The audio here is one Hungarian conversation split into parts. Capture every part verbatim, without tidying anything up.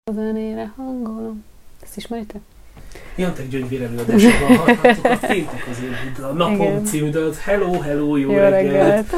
A zenére hangolom. Ezt ismeritek? Jantek Gyöngyvér előadásában hallhattuk a Fénytek az én a Napom Igen. című dalt. Hello, hello, jó, jó reggelt! reggelt.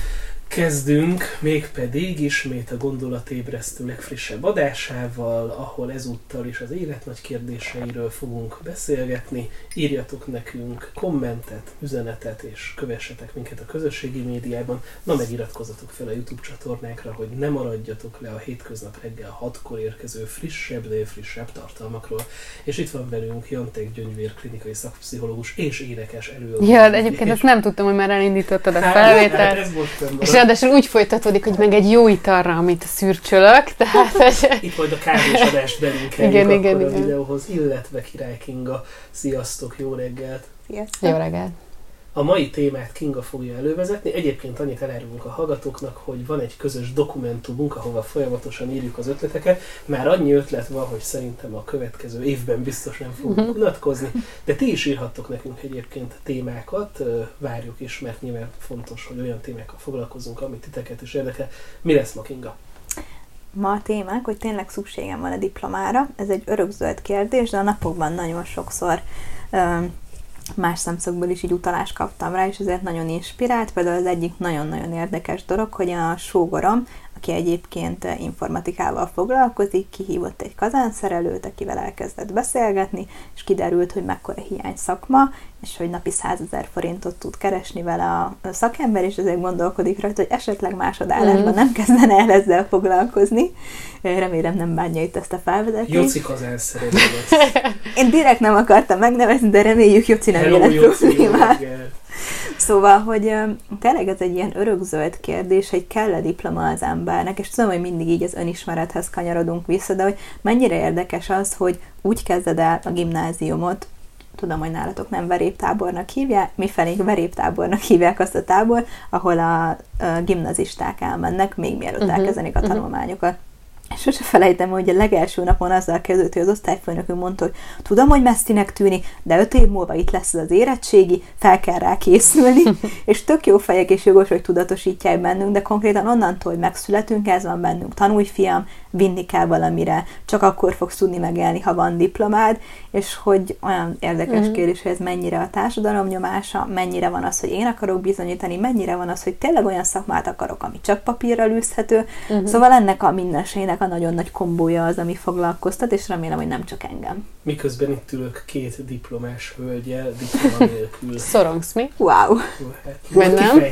Kezdünk, mégpedig ismét a gondolatébresztő legfrissebb adásával, ahol ezúttal is az élet nagy kérdéseiről fogunk beszélgetni. Írjatok nekünk kommentet, üzenetet, és kövessetek minket a közösségi médiában. Na, megiratkozzatok fel a YouTube csatornánkra, hogy ne maradjatok le a hétköznap reggel hatkor érkező frissebb, frissebb tartalmakról. És itt van velünk Jantek Gyöngyvér, klinikai szakpszichológus és énekes előadó. Ja, de egyébként és... azt nem tudtam, hogy már elindítottad a felvételt. Hát, ez most ráadásul úgy folytatódik, hogy meg egy jó italra, amit szürcsölök. Tehát... Itt majd a kávés belinkeljük akkor igen, a igen. videóhoz, illetve Király Kinga. Sziasztok, jó reggelt! Sziasztok! Jó reggelt! A mai témát Kinga fogja elővezetni. Egyébként annyit elárulunk a hallgatóknak, hogy van egy közös dokumentumunk, ahova folyamatosan írjuk az ötleteket. Már annyi ötlet van, hogy szerintem a következő évben biztos nem fogunk unatkozni, de ti is írhattok nekünk egyébként témákat, várjuk is, mert nyilván fontos, hogy olyan témákkal foglalkozunk, amit titeket is érdekel. Mi lesz ma, Kinga? Ma a témánk, hogy tényleg szükségem van a diplomára. Ez egy örökzöld kérdés, de a napokban nagyon sokszor um, más szemszögből is így utalást kaptam rá, és ezért nagyon inspirált. Például az egyik nagyon-nagyon érdekes dolog, hogy a sógorom, aki egyébként informatikával foglalkozik, kihívott egy kazánszerelőt, akivel elkezdett beszélgetni, és kiderült, hogy mekkora hiány szakma, és hogy napi százezer forintot tud keresni vele a szakember, és ezért gondolkodik rajta, hogy esetleg másodállásban nem kezdene el ezzel foglalkozni. Remélem nem bánja itt ezt a felvezetést. Jóci kazánszerelő lesz. Én direkt nem akartam megnevezni, de reméljük Jóci nem élet problémát. Szóval, hogy uh, tényleg ez egy ilyen örökzöld kérdés, hogy kell-e diploma az embernek, és tudom, hogy mindig így az önismerethez kanyarodunk vissza, de hogy mennyire érdekes az, hogy úgy kezded el a gimnáziumot, tudom, hogy nálatok nem veréptábornak hívják, mifelénk veréptábornak hívják azt a tábor, ahol a, a gimnazisták elmennek, még mielőtt uh-huh, elkezdenik a uh-huh. tanulmányokat. És sose felejtem, hogy a legelső napon azzal kezdődött, hogy az osztályfőnökünk mondta, hogy tudom, hogy messzinek tűnik, de öt év múlva itt lesz az érettségi, fel kell rá készülni, és tök jó fejek és jogos, hogy tudatosítják bennünk, de konkrétan onnantól, hogy megszületünk, ez van bennünk, tanulj fiam, vinni kell valamire, csak akkor fogsz tudni megélni, ha van diplomád, és hogy olyan érdekes uh-huh. kérdés, hogy ez mennyire a társadalom nyomása, mennyire van az, hogy én akarok bizonyítani, mennyire van az, hogy tényleg olyan szakmát akarok, ami csak papírral űzhető, uh-huh. szóval ennek a mindenségnek a nagyon nagy kombója az, ami foglalkoztat, és remélem, hogy nem csak engem. Miközben itt ülök két diplomás hölgyel, diploma nélkül. Szorongsz mi? Wow! Hát, nem?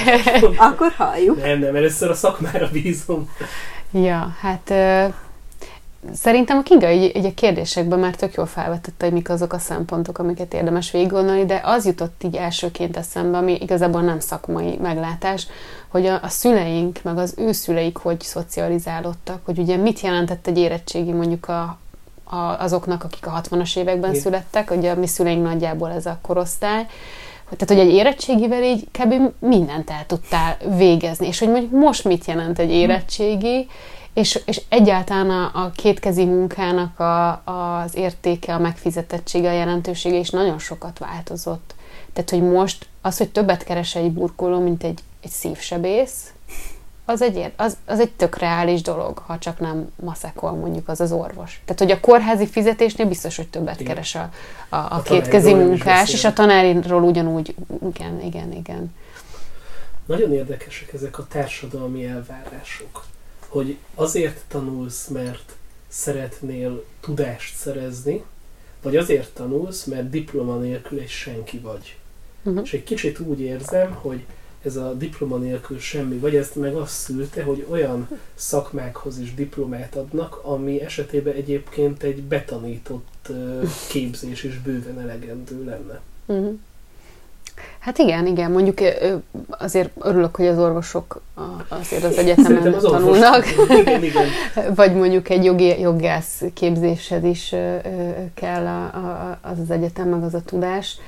Akkor halljuk. Nem, nem, először a szakmára bízom. Ja, hát uh, szerintem a Kinga így, így a kérdésekben már tök jól felvetette, hogy mik azok a szempontok, amiket érdemes végiggondolni, de az jutott így elsőként eszembe, ami igazából nem szakmai meglátás, hogy a, a szüleink, meg az ő szüleik hogy szocializálódtak, hogy ugye mit jelentett egy érettségi mondjuk a, a, azoknak, akik a hatvanas években Igen. születtek, ugye a mi szüleink nagyjából ez a korosztály, tehát, hogy egy érettségivel így kb. Mindent el tudtál végezni, és hogy mondjuk most mit jelent egy érettségi, és, és egyáltalán a, a kétkezi munkának a, az értéke, a megfizetettsége, a jelentősége is nagyon sokat változott. Tehát, hogy most az, hogy többet keres egy burkoló, mint egy, egy szívsebész, az egy, az, az egy tök reális dolog, ha csak nem maszekol mondjuk az az orvos. Tehát, hogy a kórházi fizetésnél biztos, hogy többet igen. keres a, a, a, a kétkezi munkás, és a tanáriról ugyanúgy, igen, igen, igen. Nagyon érdekesek ezek a társadalmi elvárások, hogy azért tanulsz, mert szeretnél tudást szerezni, vagy azért tanulsz, mert diploma nélkül egy senki vagy. Uh-huh. És egy kicsit úgy érzem, hogy ez a diploma nélkül semmi, vagy ezt meg azt szülte, hogy olyan szakmákhoz is diplomát adnak, ami esetében egyébként egy betanított képzés is bőven elegendő lenne. Uh-huh. Hát igen, igen, mondjuk azért örülök, hogy az orvosok azért az egyetemen az tanulnak, igen, igen. Vagy mondjuk egy jogi, jogász képzésed is kell az az egyetem, meg az a tudás.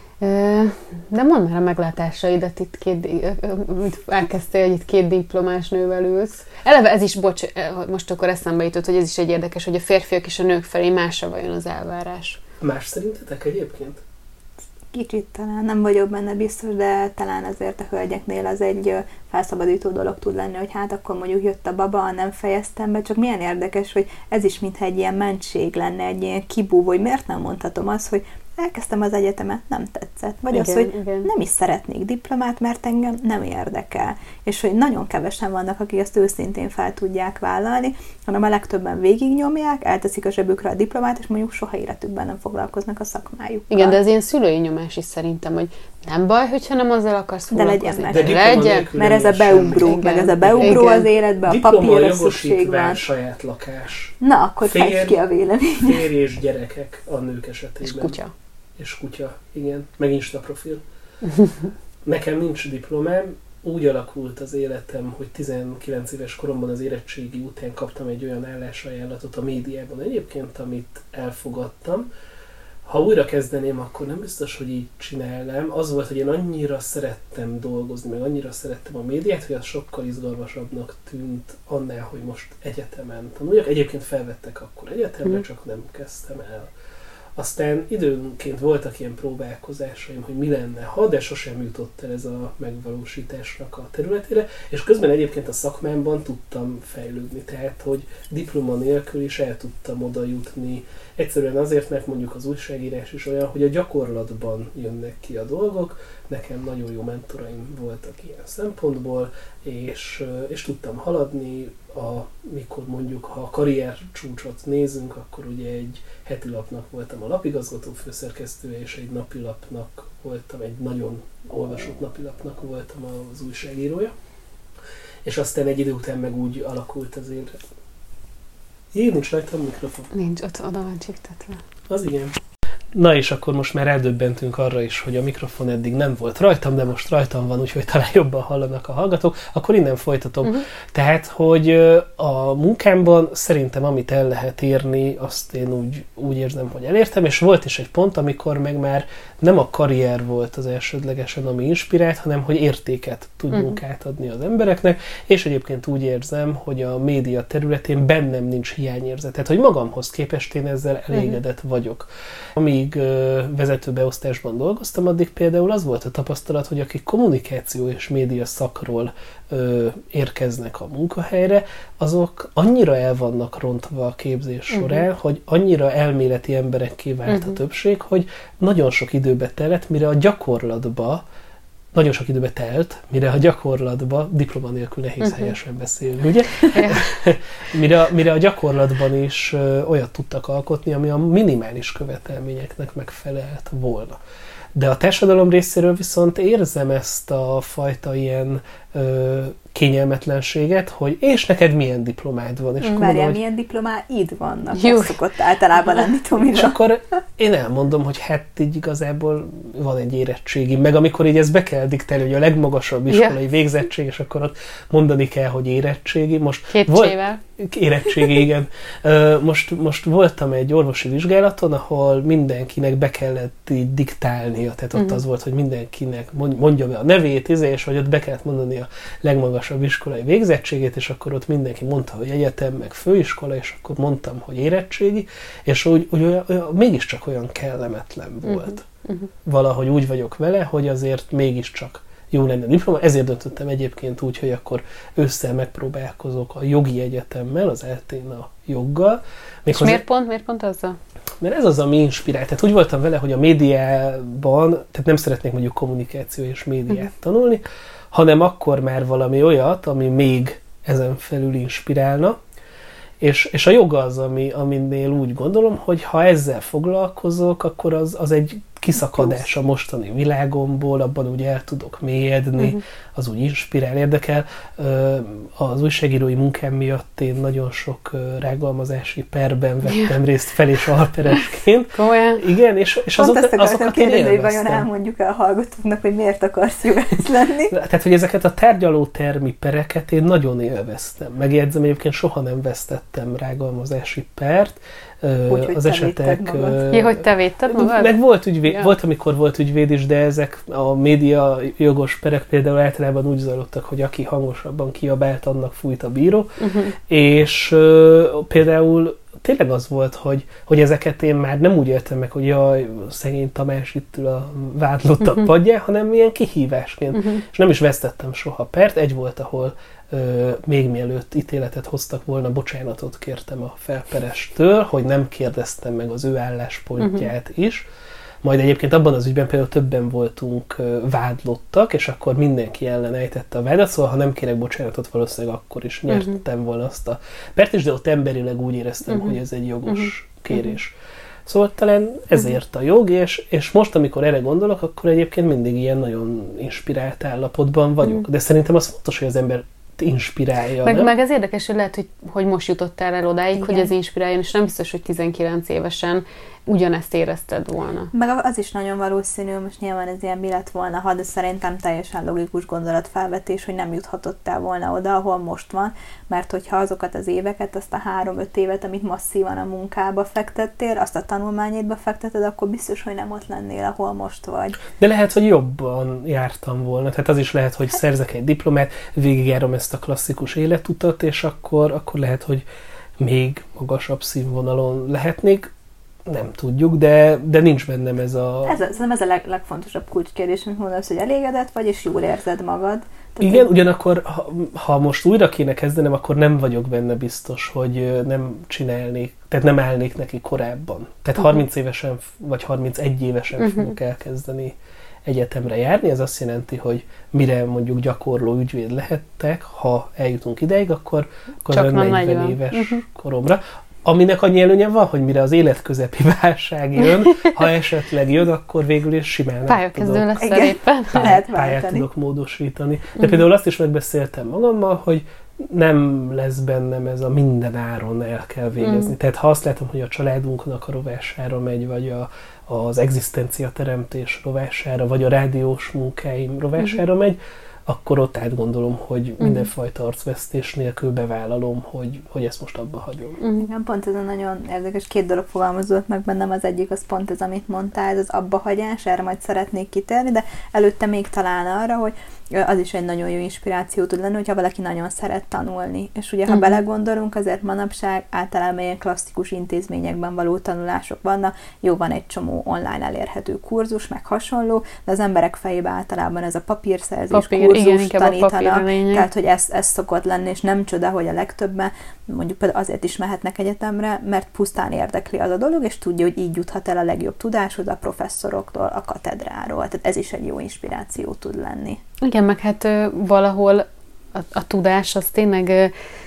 De mondd már a meglátásaidat itt két, amit elkezdtél, hogy itt két diplomás nővel ülsz. Eleve ez is, bocs, most akkor eszembe jutott, hogy ez is egy érdekes, hogy a férfiak és a nők felé másra vajon az elvárás. Más szerintetek egyébként? Kicsit talán, nem vagyok benne biztos, de talán azért a hölgyeknél az egy felszabadító dolog tud lenni, hogy hát akkor mondjuk jött a baba, nem fejeztem be, csak milyen érdekes, hogy ez is mintha egy ilyen mentség lenne, egy ilyen kibúvó, hogy miért nem mondhatom azt, hogy elkezdtem az egyetemet, nem tetszett. Vagy igen, az, hogy igen. nem is szeretnék diplomát, mert engem nem érdekel. És hogy nagyon kevesen vannak, akik ezt őszintén fel tudják vállalni, hanem a legtöbben végignyomják, elteszik a zsebükre a diplomát, és mondjuk soha életükben nem foglalkoznak a szakmájukkal. Igen, de ez ilyen szülői nyomás is szerintem, hogy nem baj, hogyha nem azzal akarsz foglalkozni. De legyen meg. De legyen, mert ez a beugró, igen. meg ez a beugró igen. az életbe, a papírra szükség van. Saját lakás. Na, akkor fejtsd ki a véleményt. Férj és gyerekek a nők esetében. És kutya. És kutya, igen. Meg Insta profil. Nekem nincs diplomám, úgy alakult az életem, hogy tizenkilenc éves koromban az érettségi után kaptam egy olyan állásajánlatot a médiában egyébként, amit elfogadtam. Ha újra kezdeném, akkor nem biztos, hogy így csinálnám. Az volt, hogy én annyira szerettem dolgozni, meg annyira szerettem a médiát, hogy az sokkal izgalmasabbnak tűnt annál, hogy most egyetemen tanuljak. Egyébként felvettek akkor egyetemre, csak nem kezdtem el. Aztán időnként voltak ilyen próbálkozásaim, hogy mi lenne, ha, de sosem jutott el ez a megvalósításnak a területére, és közben egyébként a szakmámban tudtam fejlődni, tehát, hogy diploma nélkül is el tudtam oda jutni. Egyszerűen azért, mert mondjuk az újságírás is olyan, hogy a gyakorlatban jönnek ki a dolgok, nekem nagyon jó mentoraim voltak ilyen szempontból, és, és tudtam haladni, a, mikor mondjuk, ha a karrier csúcsot nézünk, akkor ugye egy heti lapnak voltam a lapigazgató főszerkesztője, és egy napilapnak voltam, egy nagyon olvasott napilapnak voltam az újságírója. És aztán egy idő után meg úgy alakult az én... Jé, nincs rajtam mikrofon. Nincs, ott oda van csiptetve. Az igen. Na és akkor most már eldöbbentünk arra is, hogy a mikrofon eddig nem volt rajtam, de most rajtam van, úgyhogy talán jobban hallanak a hallgatók. Akkor innen folytatom. Uh-huh. Tehát, hogy a munkámban szerintem amit el lehet érni, azt én úgy, úgy érzem, hogy elértem, és volt is egy pont, amikor meg már nem a karrier volt az elsődlegesen, ami inspirált, hanem hogy értéket tudjunk uh-huh. átadni az embereknek, és egyébként úgy érzem, hogy a média területén bennem nincs hiányérzet. Tehát, hogy magamhoz képest én ezzel elégedett uh-huh. vagyok. Amíg vezetőbeosztásban dolgoztam, addig például az volt a tapasztalat, hogy akik kommunikáció és média szakról ö, érkeznek a munkahelyre, azok annyira el vannak rontva a képzés során, uh-huh. hogy annyira elméleti emberekké vált uh-huh. a többség, hogy nagyon sok időbe telett, mire a gyakorlatba Nagyon sok időbe telt, mire a gyakorlatban, diploma nélkül nehéz uh-huh. helyesen beszélni, ugye? mire, mire a gyakorlatban is ö, olyat tudtak alkotni, ami a minimális követelményeknek megfelelt volna. De a társadalom részéről viszont érzem ezt a fajta ilyen ö, kényelmetlenséget, hogy és neked milyen diplomád van. És Várjál, mondom, milyen diplomáid vannak? Ez szokott általában lenni, Tomira. És akkor én elmondom, hogy hát így igazából van egy érettségi, meg amikor így ez be kell diktálni, hogy a legmagasabb iskolai yeah. végzettség, és akkor ott mondani kell, hogy érettségi. Most Kétsével. Érettségi, igen. Most, most voltam egy orvosi vizsgálaton, ahol mindenkinek be kellett így diktálnia, tehát ott uh-huh. az volt, hogy mindenkinek mondja be a nevét, és hogy ott be kellett mondani a legmagasabb iskolai végzettségét, és akkor ott mindenki mondta, hogy egyetem, meg főiskola, és akkor mondtam, hogy érettségi, és úgy, úgy olyan, olyan, mégiscsak olyan kellemetlen volt. Uh-huh. Uh-huh. Valahogy úgy vagyok vele, hogy azért mégiscsak jó lenne diploma, ezért döntöttem egyébként úgy, hogy akkor ősszel megpróbálkozok a jogi egyetemmel, az eltén a joggal. És miért az... pont, miért pont azzal? Mert ez az, ami inspirált. Tehát úgy voltam vele, hogy a médiában, tehát nem szeretnék mondjuk kommunikáció és médiát uh-huh. tanulni, hanem akkor már valami olyat, ami még ezen felül inspirálna. És, és a jog az, ami, aminél úgy gondolom, hogy ha ezzel foglalkozok, akkor az, az egy kiszakadás a mostani világomból, abban úgy el tudok mélyedni, uh-huh. az úgy inspirál, érdekel. Az újságírói munkám miatt én nagyon sok rágalmazási perben vettem részt fel- és alperesként. Komolyan? Igen, és, és Pont azok, ezt akartam azokat kérdezni, hogy vajon elmondjuk el a hallgatóknak, hogy miért akarsz jogász lenni. Tehát, hogy ezeket a tárgyalótermi pereket én nagyon élveztem. Megjegyzem, egyébként soha nem vesztettem rágalmazási pert. Úgy, az esetek... Ja, hogy te védted magad? Meg volt ügyvéd, ami, volt, amikor volt ügyvéd is, de ezek a média jogos perek például általában úgy zajlottak, hogy aki hangosabban kiabált, annak fújt a bíró, uh-huh. és uh, például tényleg az volt, hogy, hogy ezeket én már nem úgy értem meg, hogy jaj, szegény Tamás itt ül a vádlottak uh-huh. padján, hanem ilyen kihívásként. Uh-huh. És nem is vesztettem soha pert. Egy volt, ahol ö, még mielőtt ítéletet hoztak volna, bocsánatot kértem a felperestől, hogy nem kérdeztem meg az ő álláspontját uh-huh. is. Majd egyébként abban az ügyben például többen voltunk vádlottak, és akkor mindenki ellen ejtette a vádat, szóval ha nem kérek bocsánatot, valószínűleg akkor is nyertem uh-huh. volna azt a pert is, de ott emberileg úgy éreztem, uh-huh. hogy ez egy jogos uh-huh. kérés. Szóval talán ezért a jog, és, és most, amikor erre gondolok, akkor egyébként mindig ilyen nagyon inspirált állapotban vagyok. Uh-huh. De szerintem az fontos, hogy az ember inspirálja. Meg, meg ez érdekes, hogy lehet, hogy, hogy most jutottál el odáig, igen. hogy ez inspiráljon, és nem biztos, hogy tizenkilenc évesen ugyanezt érezted volna. Meg az is nagyon valószínű, most nyilván ez ilyen mi lett volna, ha, de szerintem teljesen logikus gondolatfelvetés, hogy nem juthatottál volna oda, ahol most van, mert hogyha azokat az éveket, azt a három-öt évet, amit masszívan a munkába fektettél, azt a tanulmányédba fekteted, akkor biztos, hogy nem ott lennél, ahol most vagy. De lehet, hogy jobban jártam volna. Tehát az is lehet, hogy szerzek egy diplomát, végigjárom ezt a klasszikus életutat, és akkor, akkor lehet, hogy még magasabb színvonalon lehetnék. Nem tudjuk, de, de nincs bennem ez a... Ez, ez, ez a leg, legfontosabb kulcskérdés, amit mondasz, hogy elégedett vagy, és jól érzed magad. Tehát igen, ugyanakkor, ha, ha most újra kéne kezdenem, akkor nem vagyok benne biztos, hogy nem csinálnék, tehát nem állnék neki korábban. Tehát uh-huh. harminc évesen, vagy harmincegy évesen uh-huh. fogok elkezdeni egyetemre járni. Ez azt jelenti, hogy mire mondjuk gyakorló ügyvéd lehettek, ha eljutunk ideig, akkor, akkor negyven éves uh-huh. koromra. Aminek annyi előnye van, hogy mire az életközepi válság jön, ha esetleg jön, akkor végül is simán pályakezdő lesz éppen. Pályát, pályát tudok módosítani. De uh-huh. például azt is megbeszéltem magammal, hogy nem lesz bennem ez a minden áron el kell végezni. Uh-huh. Tehát ha azt látom, hogy a családunknak a rovására megy, vagy a, az egzisztenciateremtés rovására, vagy a rádiós munkáim rovására uh-huh. megy, akkor ott átgondolom, hogy mindenfajta arcvesztés nélkül bevállalom, hogy, hogy ezt most abba hagyom. Uh-huh. Igen, pont ez a nagyon érdekes, két dolog fogalmazott meg bennem, az egyik az pont ez, amit mondtál, ez az abbahagyás, erre majd szeretnék kitérni, de előtte még talán arra, hogy az is egy nagyon jó inspiráció tud lenni, hogyha valaki nagyon szeret tanulni. És ugye, ha uh-huh. belegondolunk, azért manapság általában ilyen klasszikus intézményekben való tanulások vannak, jó, van egy csomó online elérhető kurzus, meg hasonló, de az emberek fejében általában ez a papírszerzés, Papír, kurzus igen, tanítanak, tehát, hogy ez, ez szokott lenni, és nem csoda, hogy a legtöbben mondjuk például azért is mehetnek egyetemre, mert pusztán érdekli az a dolog, és tudja, hogy így juthat el a legjobb tudáshoz a professzoroktól, a katedráról. Tehát ez is egy jó inspiráció tud lenni. Igen, meg hát ö, valahol a, a tudás az tényleg ö,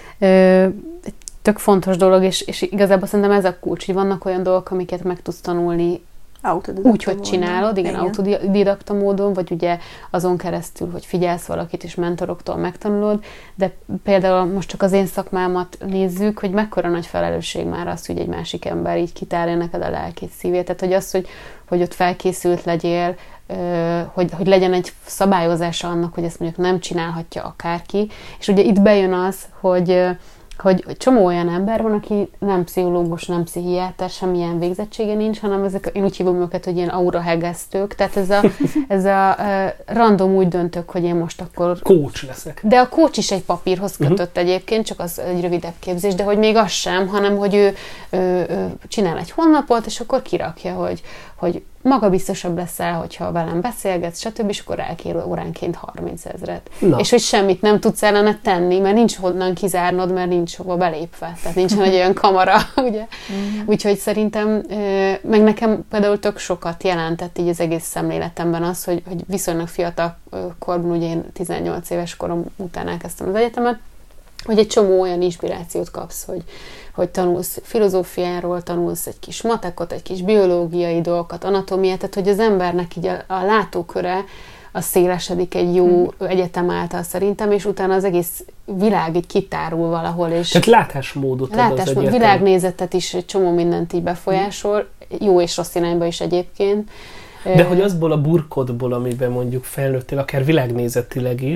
ö, egy tök fontos dolog, és, és igazából szerintem ez a kulcs, hogy vannak olyan dolgok, amiket meg tudsz tanulni úgy, hogy csinálod, igen, igen, autodidakta módon, vagy ugye azon keresztül, hogy figyelsz valakit, és mentoroktól megtanulod, de például most csak az én szakmámat nézzük, hogy mekkora nagy felelősség már az, hogy egy másik ember így kitárja neked a lelkét, szívét, tehát hogy az, hogy, hogy ott felkészült legyél, hogy, hogy legyen egy szabályozása annak, hogy ezt mondjuk nem csinálhatja akárki, és ugye itt bejön az, hogy Hogy, hogy csomó olyan ember van, aki nem pszichológus, nem pszichiáter, semmilyen végzettsége nincs, hanem ezek, én úgy hívom őket, hogy ilyen aurahegesztők, tehát ez a, ez a uh, random úgy döntök, hogy én most akkor... Coach leszek. De a coach is egy papírhoz kötött uh-huh. egyébként, csak az egy rövidebb képzés, de hogy még az sem, hanem hogy ő, ő, ő csinál egy honlapot, és akkor kirakja, hogy, hogy magabiztosabb leszel, hogyha velem beszélgetsz, stb., és akkor elkér óránként harminc ezret. Na. És hogy semmit nem tudsz ellene tenni, mert nincs honnan kizárnod, mert nincs hova belépve. Tehát nincsen egy olyan kamera, ugye? Mm. Úgyhogy szerintem, meg nekem például tök sokat jelentett így az egész szemléletemben az, hogy, hogy viszonylag fiatal korban, ugye én tizennyolc éves korom után elkezdtem az egyetemet, hogy egy csomó olyan inspirációt kapsz, hogy, hogy tanulsz filozófiáról, tanulsz egy kis matekot, egy kis biológiai dolgokat, anatómiát, tehát hogy az embernek így a, a látóköre az szélesedik egy jó hmm. egyetem által szerintem, és utána az egész világ így kitárul valahol. És tehát látásmódot ad látásmód, az egyetem. Világnézetet is egy csomó mindent így befolyásol, hmm. jó és rossz irányba is egyébként. De hogy azból a burkodból, amiben mondjuk felnőttél, akár világnézetileg is,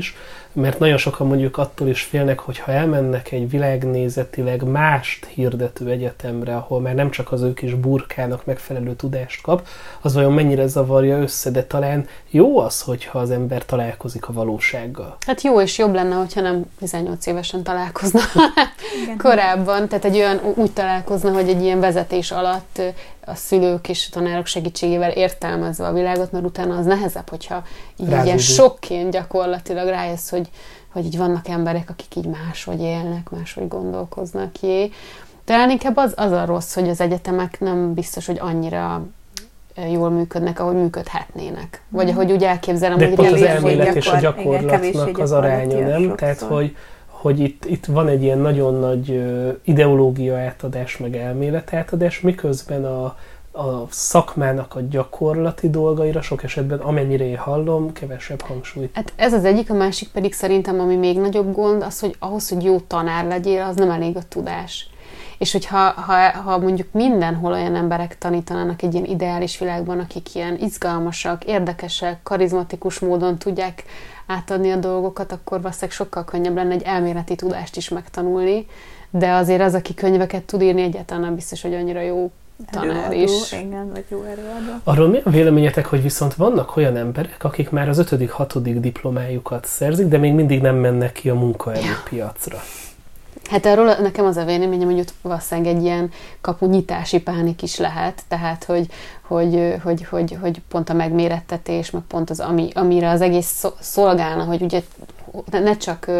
mert nagyon sokan mondjuk attól is félnek, hogy ha elmennek egy világnézetileg mást hirdető egyetemre, ahol már nem csak az ők is burkának megfelelő tudást kap, az vajon mennyire zavarja össze, de talán jó az, hogyha az ember találkozik a valósággal. Hát jó, és jobb lenne, hogyha nem tizennyolc évesen találkozna korábban, tehát egy olyan úgy találkozna, hogy egy ilyen vezetés alatt a szülők és a tanárok segítségével értelmezve a világot, mert utána az nehezebb, hogyha így ilyen sokként gyakorlatilag rájössz, hogy, hogy így vannak emberek, akik így máshogy élnek, máshogy gondolkoznak jé. Talán inkább az, az a rossz, hogy az egyetemek nem biztos, hogy annyira jól működnek, ahogy működhetnének. Vagy mm. ahogy úgy elképzelem, de hogy pont az elmélet és a gyakorlatnak az aránya, nem? Tehát, hogy hogy itt, itt van egy ilyen nagyon nagy uh, ideológia átadás, meg elmélet átadás, miközben a, a szakmának a gyakorlati dolgaira sok esetben, amennyire én hallom, kevesebb hangsúlyt. Hát ez az egyik, a másik pedig szerintem, ami még nagyobb gond, az, hogy ahhoz, hogy jó tanár legyél, az nem elég a tudás. És hogyha ha, ha mondjuk mindenhol olyan emberek tanítanának egy ilyen ideális világban, akik ilyen izgalmasak, érdekesek, karizmatikus módon tudják átadni a dolgokat, akkor valószínűleg sokkal könnyebb lenne egy elméleti tudást is megtanulni, de azért az, aki könyveket tud írni, egyáltalán nem biztos, hogy annyira jó tanár előadó, is. Igen, vagy jó előadó. Arról mi a véleményetek, hogy viszont vannak olyan emberek, akik már az ötödik, hatodik diplomájukat szerzik, de még mindig nem mennek ki a munkaerőpiacra? Hát arról nekem az a véleményem, hogy ott valószínűleg egy ilyen kapunyitási pánik is lehet, tehát hogy, hogy, hogy, hogy, hogy pont a megmérettetés, meg pont az, ami, amire az egész szolgálna, hogy ugye ne csak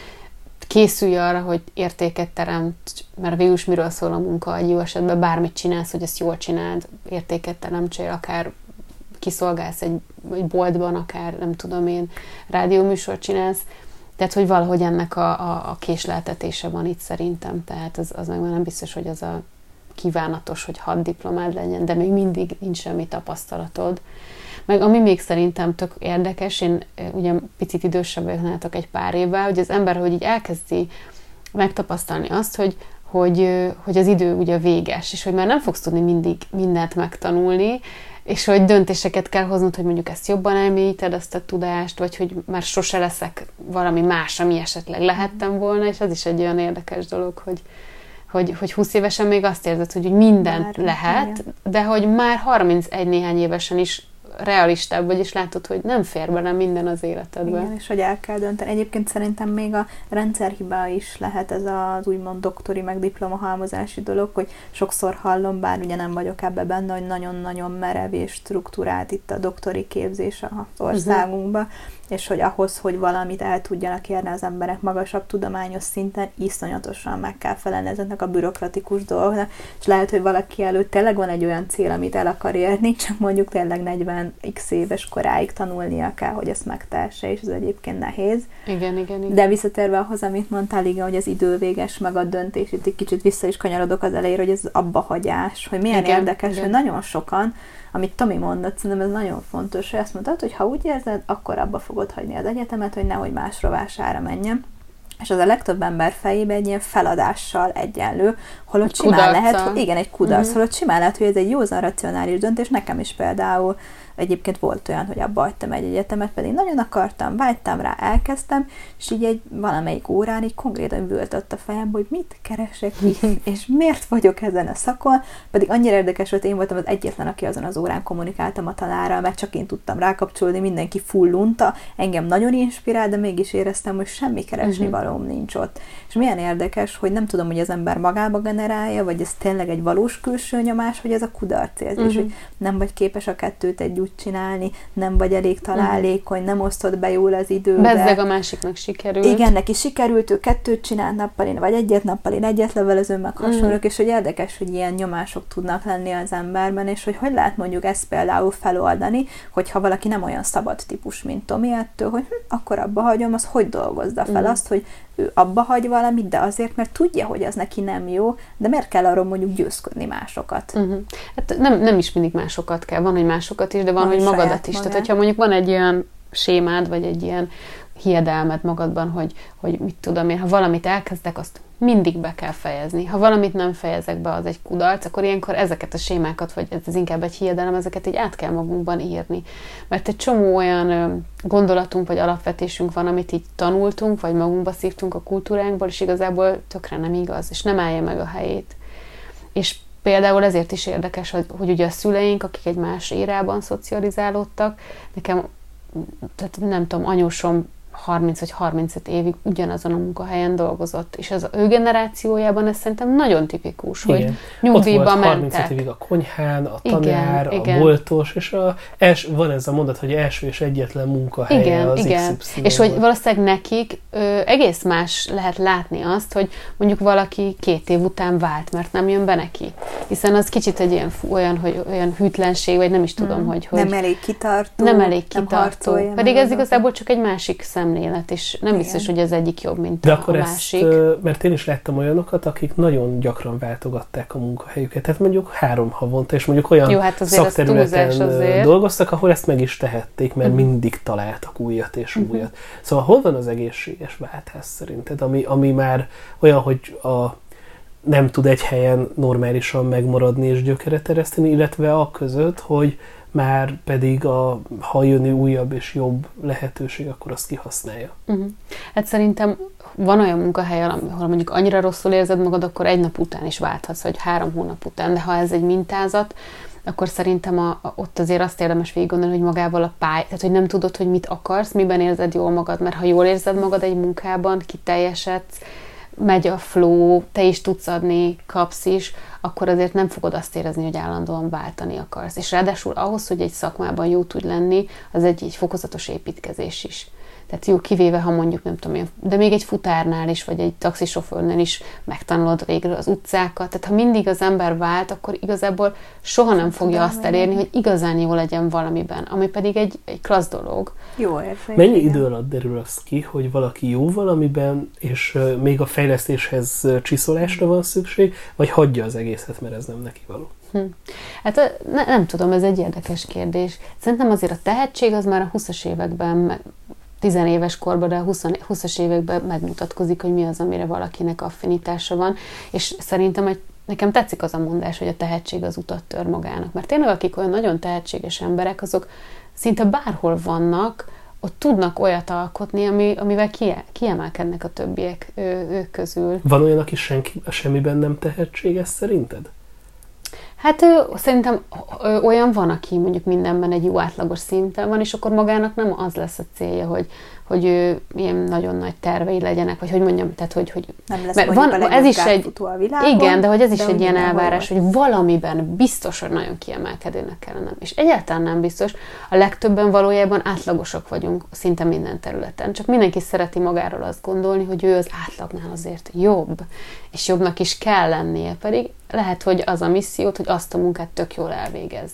készülj arra, hogy értéket teremt, mert végül is miről szól a munka, egy jó esetben bármit csinálsz, hogy ezt jól csináld, értéket teremtsél, akár kiszolgálsz egy, egy boltban, akár nem tudom én, rádióműsort csinálsz. Tehát, hogy valahogy ennek a, a, a késleltetése van itt szerintem. Tehát az, az meg nem biztos, hogy az a kívánatos, hogy hat diplomád legyen, de még mindig nincs semmi tapasztalatod. Meg ami még szerintem tök érdekes, én ugye picit idősebb vagyok nálatok egy pár évvel, hogy az ember, hogy így elkezdi megtapasztalni azt, hogy, hogy, hogy az idő ugye véges, és hogy már nem fogsz tudni mindig mindent megtanulni, és hogy döntéseket kell hoznod, hogy mondjuk ezt jobban elmélyíted, ezt a tudást, vagy hogy már sose leszek valami más, ami esetleg lehettem volna, és az is egy olyan érdekes dolog, hogy, hogy, hogy húsz évesen még azt érzed, hogy mindent már lehet, igen. De hogy már harmincegy néhány évesen is realistább vagy, és látod, hogy nem fér bele minden az életedbe. Igen, és hogy el kell dönteni. Egyébként szerintem még a rendszerhiba is lehet ez az úgymond doktori, meg diplomahalmozási dolog, hogy sokszor hallom, bár ugye nem vagyok ebbe benne, hogy nagyon-nagyon merev és struktúrált itt a doktori képzés az országunkban, uh-huh. és hogy ahhoz, hogy valamit el tudjanak érni az emberek magasabb tudományos szinten, iszonyatosan meg kell felelni ezeknek a bürokratikus dolgoknak, és lehet, hogy valaki előtt tényleg van egy olyan cél, amit el akar érni, csak mondjuk tényleg negyven x éves koráig tanulnia kell, hogy ezt megtehesse, és ez egyébként nehéz. Igen, igen, igen. De visszatérve ahhoz, amit mondtál, igen, hogy az idő véges, meg a döntés, itt egy kicsit vissza is kanyarodok az elejére, hogy ez abbahagyás, hogy milyen igen, érdekes, igen. hogy nagyon sokan, amit Tomi mondott, szerintem ez nagyon fontos, hogy azt mondtad, hogy ha úgy érzed, akkor abba fogod hagyni az egyetemet, hogy nehogy más rovására menjen. És az a legtöbb ember fejében egy ilyen feladással egyenlő, holott simán lehet, hogy igen, egy kudarc, uh-huh. holott simán lehet, hogy ez egy józan racionális döntés. Nekem is például egyébként volt olyan, hogy abba hagytam egy egyetemet, pedig nagyon akartam, vágytam rá, elkezdtem, és így egy valamelyik órán így konkrétan bültött a fejembe, hogy mit keresek itt, és miért vagyok ezen a szakon, pedig annyira érdekes, hogy én voltam az egyetlen, aki azon az órán kommunikáltam a tanárral, meg csak én tudtam rákapcsolódni, mindenki full unta, engem nagyon inspirál, de mégis éreztem, hogy semmi keresni uh-huh. valóm nincs ott. És milyen érdekes, hogy nem tudom, hogy az ember magába generálja, vagy ez tényleg egy valós külső nyomás, hogy ez a kudarcérzés, uh-huh. hogy nem vagy képes a kettőt egy úgy csinálni, nem vagy elég találékony, nem osztod be jól az időbe. Bezzeg a másiknak sikerült. Igen, neki sikerült, ő kettőt csinált nappal, én vagy egyet nappal, én egyet levelezőm, meg hasonlók, uh-huh. és hogy érdekes, hogy ilyen nyomások tudnak lenni az emberben, és hogy hogy lehet mondjuk ezt például feloldani, hogyha valaki nem olyan szabad típus, mint Tomi, ettől, hogy hm, akkor abba hagyom, az hogy dolgozza fel uh-huh. azt, hogy ő abba hagy valamit, de azért, mert tudja, hogy az neki nem jó, de miért kell arról mondjuk győzködni másokat? Uh-huh. Hát nem, nem is mindig másokat kell, van, hogy másokat is, de van, van hogy magadat is. Magát. Tehát, hogyha mondjuk van egy ilyen sémád, vagy egy ilyen hiedelmed magadban, hogy, hogy mit tudom én, ha valamit elkezdek, azt mindig be kell fejezni. Ha valamit nem fejezek be, az egy kudarc, akkor ilyenkor ezeket a sémákat, vagy ez inkább egy hiedelem, ezeket így át kell magunkban írni. Mert egy csomó olyan gondolatunk, vagy alapvetésünk van, amit így tanultunk, vagy magunkba szívtunk a kultúránkból, és igazából tökre nem igaz, és nem állja meg a helyét. És például ezért is érdekes, hogy, hogy ugye a szüleink, akik egy más érában szocializálódtak, nekem, tehát nem tudom, anyósom harminc vagy harmincöt évig ugyanazon a munkahelyen dolgozott, és az ő generációjában ez szerintem nagyon tipikus, igen. hogy nyugdíjba mentek. Ott volt harmincöt évig a konyhán, a tanár, igen, a igen. boltos, és a els, van ez a mondat, hogy első és egyetlen munkahelye igen, az igen. iksz ipszilon. És hogy valószínűleg nekik ö, egész más lehet látni azt, hogy mondjuk valaki két év után vált, mert nem jön be neki. Hiszen az kicsit egy ilyen, olyan, hogy olyan hűtlenség, vagy nem is tudom, hmm. hogy, hogy... Nem elég kitartó. Nem elég kitartó. Nem pedig ez igazából csak egy másik szemlélet, és nem igen. biztos, hogy az egyik jobb, mint de a, akkor a ezt, másik. Mert én is láttam olyanokat, akik nagyon gyakran váltogatták a munkahelyüket. Tehát mondjuk három havonta, és mondjuk olyan jó, hát szakterületen dolgoztak, ahol ezt meg is tehették, mert uh-huh. mindig találtak újat és uh-huh. újat. Szóval hol van az egészséges váltás szerinted, ami, ami már olyan, hogy a, nem tud egy helyen normálisan megmaradni és gyökeret ereszteni, illetve a között, hogy már pedig a, ha jönni újabb és jobb lehetőség, akkor azt kihasználja. Uh-huh. Hát szerintem van olyan munkahely, ahol mondjuk annyira rosszul érzed magad, akkor egy nap után is válthatsz, vagy három hónap után, de ha ez egy mintázat, akkor szerintem a, a, ott azért azt érdemes végig gondolni, hogy magával a pály, tehát hogy nem tudod, hogy mit akarsz, miben érzed jól magad, mert ha jól érzed magad egy munkában, kiteljesedsz, megy a flow, te is tudsz adni, kapsz is, akkor azért nem fogod azt érezni, hogy állandóan váltani akarsz. És ráadásul ahhoz, hogy egy szakmában jó tudj lenni, az egy, egy fokozatos építkezés is. Tehát jó, kivéve, ha mondjuk nem tudom én, de még egy futárnál is, vagy egy taxisofőrnél is megtanulod végre az utcákat. Tehát ha mindig az ember vált, akkor igazából soha nem fogja azt elérni, hogy igazán jó legyen valamiben, ami pedig egy, egy klassz dolog. Jó érzés. Mennyi idő alatt derül az ki, hogy valaki jó valamiben, és még a fejlesztéshez csiszolásra van szükség, vagy hagyja az egészet, mert ez nem neki való? Hm. Hát ne, nem tudom, ez egy érdekes kérdés. Szerintem azért a tehetség az már a huszas években, tizenéves korban, de a huszas években megmutatkozik, hogy mi az, amire valakinek affinitása van, és szerintem egy, nekem tetszik az a mondás, hogy a tehetség az utat tör magának, mert tényleg akik olyan nagyon tehetséges emberek, azok szinte bárhol vannak, ott tudnak olyat alkotni, ami, amivel kie, kiemelkednek a többiek ő, ők közül. Van olyan, aki senki, semmiben nem tehetséges szerinted? Hát ő, szerintem ö, olyan van, aki mondjuk mindenben egy jó átlagos szinten van, és akkor magának nem az lesz a célja, hogy, hogy ő ilyen nagyon nagy tervei legyenek, vagy hogy mondjam, tehát hogy... hogy nem lesz van, a ez is egy a világon, igen, de hogy ez is egy ilyen elvárás, hogy valamiben biztos, hogy nagyon kiemelkedőnek kellene. És egyáltalán nem biztos. A legtöbben valójában átlagosak vagyunk szinte minden területen. Csak mindenki szereti magáról azt gondolni, hogy ő az átlagnál azért jobb, és jobbnak is kell lennie, pedig lehet, hogy az a missziót, hogy azt a munkát tök jól elvégezd.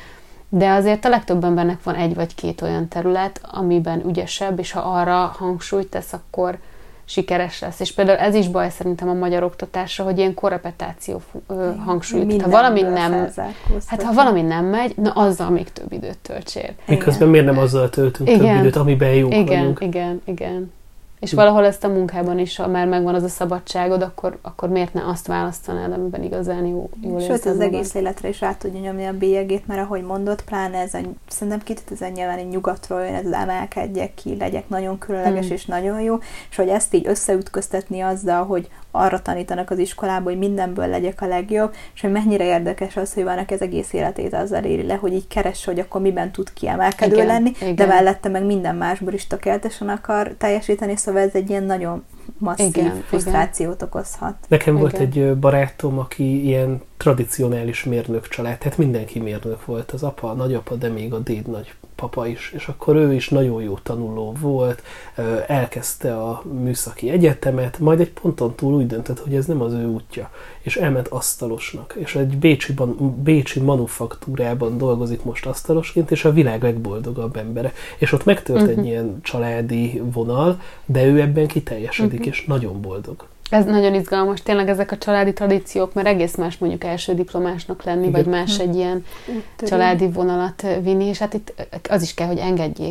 De azért a legtöbb embernek van egy vagy két olyan terület, amiben ügyesebb, és ha arra hangsúlyt tesz, akkor sikeres lesz. És például ez is baj szerintem a magyar oktatásra, hogy ilyen korrepetáció hangsúlyt. Ha valami nem, hát ha valami nem megy, na azzal még több időt töltsél. Miközben miért nem azzal töltünk igen. több időt, amiben jók igen, vagyunk. Igen, igen. És valahol ezt a munkában is, ha már megvan az a szabadságod, akkor, akkor miért ne azt választanád, amiben igazán jó, jól érzed Sőt, az magad. Egész életre is rá tudja nyomni a bélyegét, mert ahogy mondott, pláne ez a, szerintem kicsit ezen nyilván egy nyugatról jön, ez az emelkedjek ki, legyek nagyon különleges hmm. és nagyon jó, és hogy ezt így összeütköztetni azzal, hogy arra tanítanak az iskolában, hogy mindenből legyek a legjobb, és hogy mennyire érdekes az, hogy vannak ez egész életét azzal éri le, hogy így keres, hogy akkor miben tud kiemelkedő igen, lenni, igen. de mellette meg minden másból is tökéletesen akar teljesíteni, szóval ez egy ilyen nagyon masszív igen, frusztrációt igen. okozhat. Nekem igen. volt egy barátom, aki ilyen tradicionális mérnök család, tehát mindenki mérnök volt, az apa, a nagyapa, de még a déd nagypapa is, és akkor ő is nagyon jó tanuló volt, elkezdte a műszaki egyetemet, majd egy ponton túl úgy döntött, hogy ez nem az ő útja, és elment asztalosnak, és egy bécsi, bécsi manufaktúrában dolgozik most asztalosként, és a világ legboldogabb embere. És ott megtört uh-huh. egy ilyen családi vonal, de ő ebben kiteljesedik, uh-huh. és nagyon boldog. Ez nagyon izgalmas, tényleg ezek a családi tradíciók, mert egész más mondjuk első diplomásnak lenni, igen. vagy más egy ilyen családi vonalat vinni, és hát itt az is kell, hogy engedjék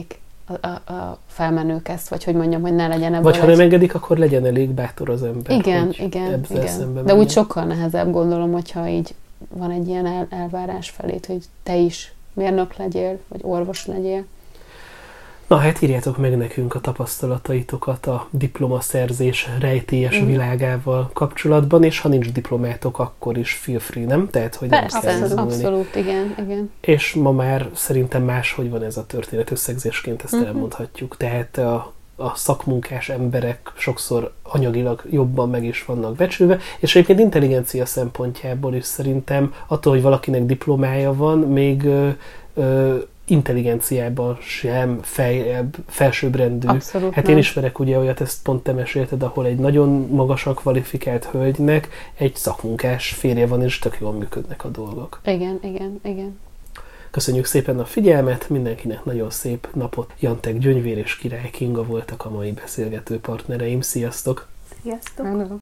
a, a felmenők ezt, vagy hogy mondjam, hogy ne legyen ebből. Vagy ha nem engedik, akkor legyen elég bátor az ember. Igen, igen, igen. De úgy sokkal nehezebb, gondolom, hogyha így van egy ilyen el, elvárás felét, hogy te is mérnök legyél, vagy orvos legyél. Na hát írjátok meg nekünk a tapasztalataitokat a diplomaszerzés rejtélyes mm. világával kapcsolatban, és ha nincs diplomátok, akkor is feel free, nem? Tehát, hogy persze, nem kell izgulni. Abszolút, igen, igen. És ma már szerintem máshogy van ez a történet összegzésként, ezt mm-hmm. elmondhatjuk. Tehát a, a szakmunkás emberek sokszor anyagilag jobban meg is vannak becsülve, és egyébként intelligencia szempontjából is szerintem attól, hogy valakinek diplomája van, még ö, ö, intelligenciában sem feljebb, felsőbbrendű. Abszolút hát nem. Én ismerek ugye olyat, ezt pont te mesélted, ahol egy nagyon magasan kvalifikált hölgynek egy szakmunkás férje van, és tök jól működnek a dolgok. Igen, igen, igen. Köszönjük szépen a figyelmet, mindenkinek nagyon szép napot. Jantek Gyöngyvér és Király Kinga voltak a mai beszélgető partnereim. Sziasztok! Sziasztok! Hello.